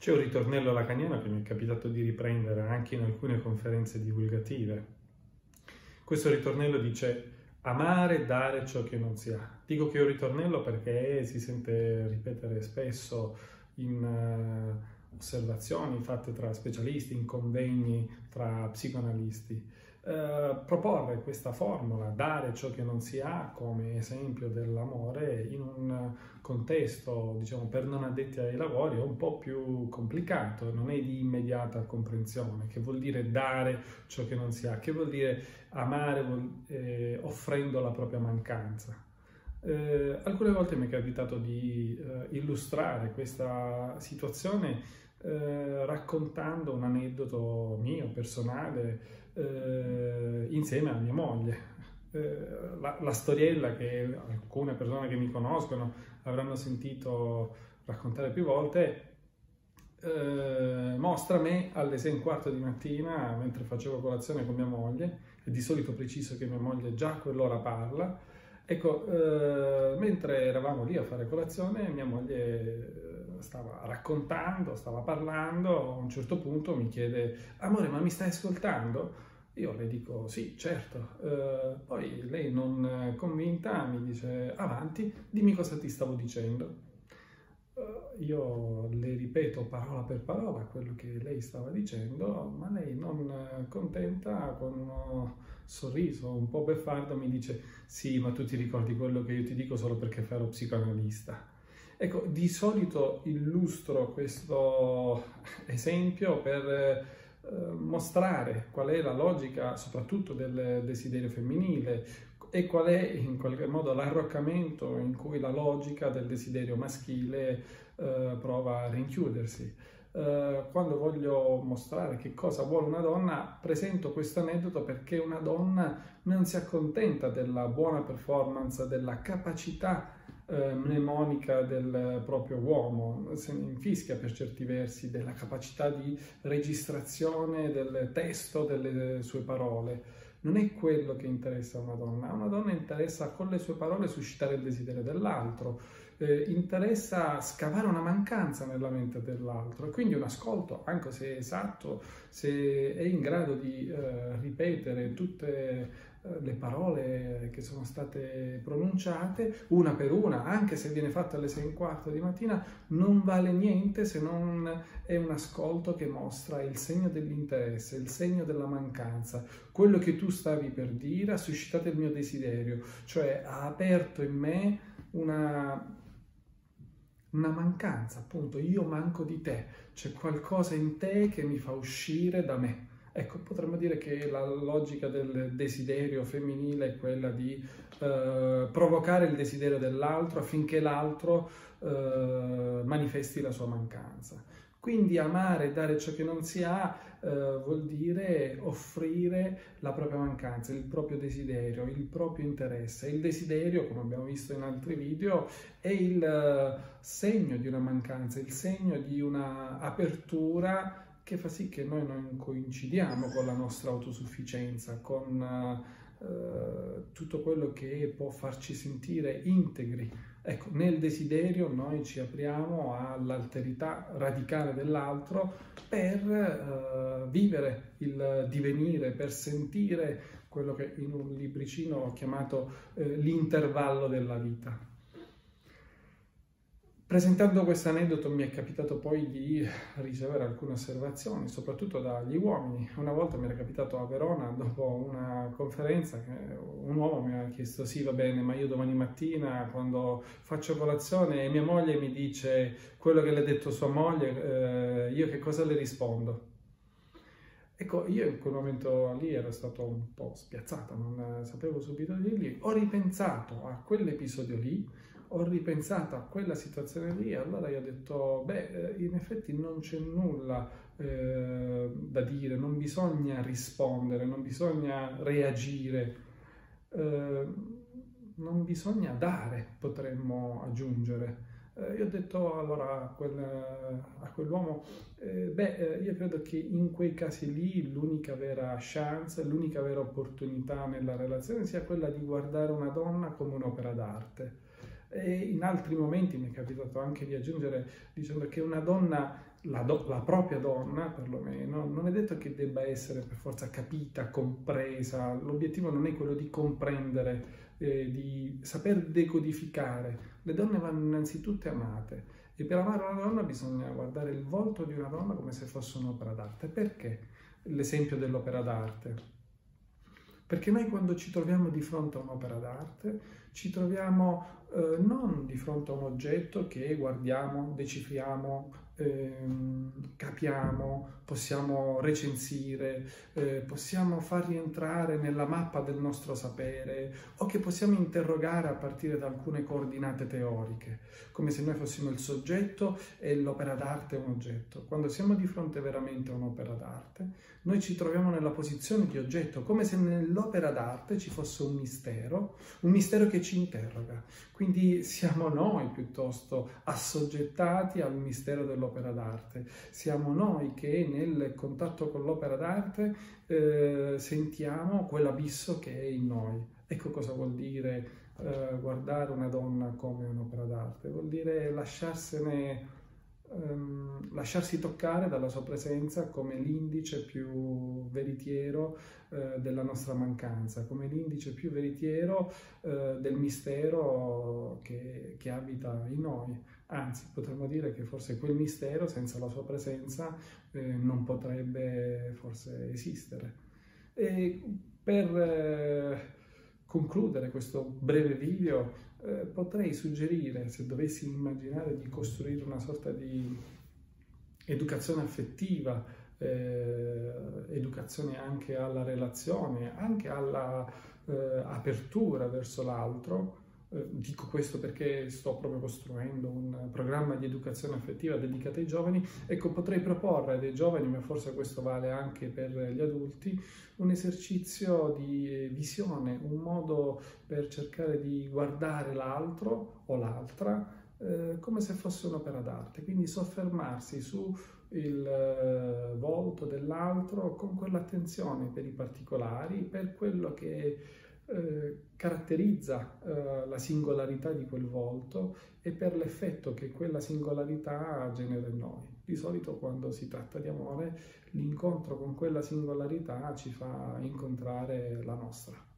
C'è un ritornello lacaniano che mi è capitato di riprendere anche in alcune conferenze divulgative. Questo ritornello dice: amare, dare ciò che non si ha. Dico che è un ritornello perché si sente ripetere spesso in osservazioni fatte tra specialisti, in convegni tra psicoanalisti. Proporre questa formula, dare ciò che non si ha, come esempio dell'amore in un contesto, diciamo, per non addetti ai lavori è un po' più complicato, non è di immediata comprensione. Che vuol dire dare ciò che non si ha? Che vuol dire amare offrendo la propria mancanza? Alcune volte mi è capitato di illustrare questa situazione raccontando un aneddoto mio, personale, insieme a mia moglie. La storiella che alcune persone che mi conoscono avranno sentito raccontare più volte mostra me alle 6:15 di mattina mentre facevo colazione con mia moglie, e di solito preciso che mia moglie già a quell'ora parla. Ecco, mentre eravamo lì a fare colazione, mia moglie stava raccontando, stava parlando. A un certo punto mi chiede: amore, ma mi stai ascoltando? Io le dico sì, certo. Poi lei, non convinta, mi dice: avanti, dimmi cosa ti stavo dicendo. Io le ripeto parola per parola quello che lei stava dicendo, ma lei, non contenta, con uno sorriso un po' beffardo mi dice: sì, ma tu ti ricordi quello che io ti dico solo perché fai lo psicoanalista. Ecco, di solito illustro questo esempio per mostrare qual è la logica soprattutto del desiderio femminile e qual è in qualche modo l'arroccamento in cui la logica del desiderio maschile prova a rinchiudersi. Quando voglio mostrare che cosa vuole una donna, presento questo aneddoto perché una donna non si accontenta della buona performance, della capacità mnemonica del proprio uomo, se ne infischia per certi versi della capacità di registrazione del testo delle sue parole. Non è quello che interessa a una donna interessa con le sue parole suscitare il desiderio dell'altro, interessa scavare una mancanza nella mente dell'altro, e quindi un ascolto, anche se esatto, se è in grado di ripetere tutte le parole che sono state pronunciate una per una, anche se viene fatto alle 6:15 di mattina, non vale niente se non è un ascolto che mostra il segno dell'interesse, il segno della mancanza. Quello che tu stavi per dire ha suscitato il mio desiderio, cioè ha aperto in me una mancanza, appunto. Io manco di te, c'è qualcosa in te che mi fa uscire da me. Ecco, potremmo dire che la logica del desiderio femminile è quella di provocare il desiderio dell'altro affinché l'altro manifesti la sua mancanza. Quindi amare e dare ciò che non si ha vuol dire offrire la propria mancanza, il proprio desiderio, il proprio interesse. Il desiderio, come abbiamo visto in altri video, è il segno di una mancanza, il segno di una apertura che fa sì che noi non coincidiamo con la nostra autosufficienza, con tutto quello che può farci sentire integri. Ecco, nel desiderio noi ci apriamo all'alterità radicale dell'altro per vivere il divenire, per sentire quello che in un libricino ho chiamato l'intervallo della vita. Presentando questo aneddoto mi è capitato poi di ricevere alcune osservazioni, soprattutto dagli uomini. Una volta mi era capitato a Verona, dopo una conferenza, che un uomo mi ha chiesto: sì, va bene, ma io domani mattina quando faccio colazione e mia moglie mi dice quello che le ha detto sua moglie, io che cosa le rispondo? Ecco, io in quel momento lì ero stato un po' spiazzato, non sapevo subito dirgli. Ho ripensato a quell'episodio lì, ho ripensato a quella situazione lì, e allora io ho detto: beh, in effetti non c'è nulla da dire, non bisogna rispondere, non bisogna reagire, non bisogna dare, potremmo aggiungere. Io ho detto allora a quell'uomo: io credo che in quei casi lì l'unica vera chance, l'unica vera opportunità nella relazione sia quella di guardare una donna come un'opera d'arte. E in altri momenti mi è capitato anche di aggiungere dicendo che una donna, la propria donna perlomeno, non è detto che debba essere per forza capita, compresa. L'obiettivo non è quello di comprendere, di saper decodificare. Le donne vanno innanzitutto amate. E per amare una donna bisogna guardare il volto di una donna come se fosse un'opera d'arte. Perché l'esempio dell'opera d'arte? Perché noi quando ci troviamo di fronte a un'opera d'arte, ci troviamo non di fronte a un oggetto che guardiamo, decifriamo, capiamo, possiamo recensire, possiamo far rientrare nella mappa del nostro sapere o che possiamo interrogare a partire da alcune coordinate teoriche, come se noi fossimo il soggetto e l'opera d'arte è un oggetto. Quando siamo di fronte veramente a un'opera d'arte, noi ci troviamo nella posizione di oggetto, come se nell'opera d'arte ci fosse un mistero che ci interroga. Quindi siamo noi piuttosto assoggettati al mistero dell'opera d'arte, siamo noi che nel contatto con l'opera d'arte sentiamo quell'abisso che è in noi. Ecco cosa vuol dire guardare una donna come un'opera d'arte, vuol dire lasciarsi toccare dalla sua presenza come l'indice più veritiero della nostra mancanza, come l'indice più veritiero del mistero che abita in noi. Anzi, potremmo dire che forse quel mistero senza la sua presenza non potrebbe forse esistere. E per concludere questo breve video, potrei suggerire, se dovessi immaginare di costruire una sorta di educazione affettiva, educazione anche alla relazione, anche alla apertura verso l'altro. Dico questo perché sto proprio costruendo un programma di educazione affettiva dedicato ai giovani. Ecco, potrei proporre ai giovani, ma forse questo vale anche per gli adulti, un esercizio di visione, un modo per cercare di guardare l'altro o l'altra come se fosse un'opera d'arte, quindi soffermarsi su il volto dell'altro con quell'attenzione per i particolari, per quello che caratterizza la singolarità di quel volto e per l'effetto che quella singolarità genera in noi. Di solito quando si tratta di amore, l'incontro con quella singolarità ci fa incontrare la nostra.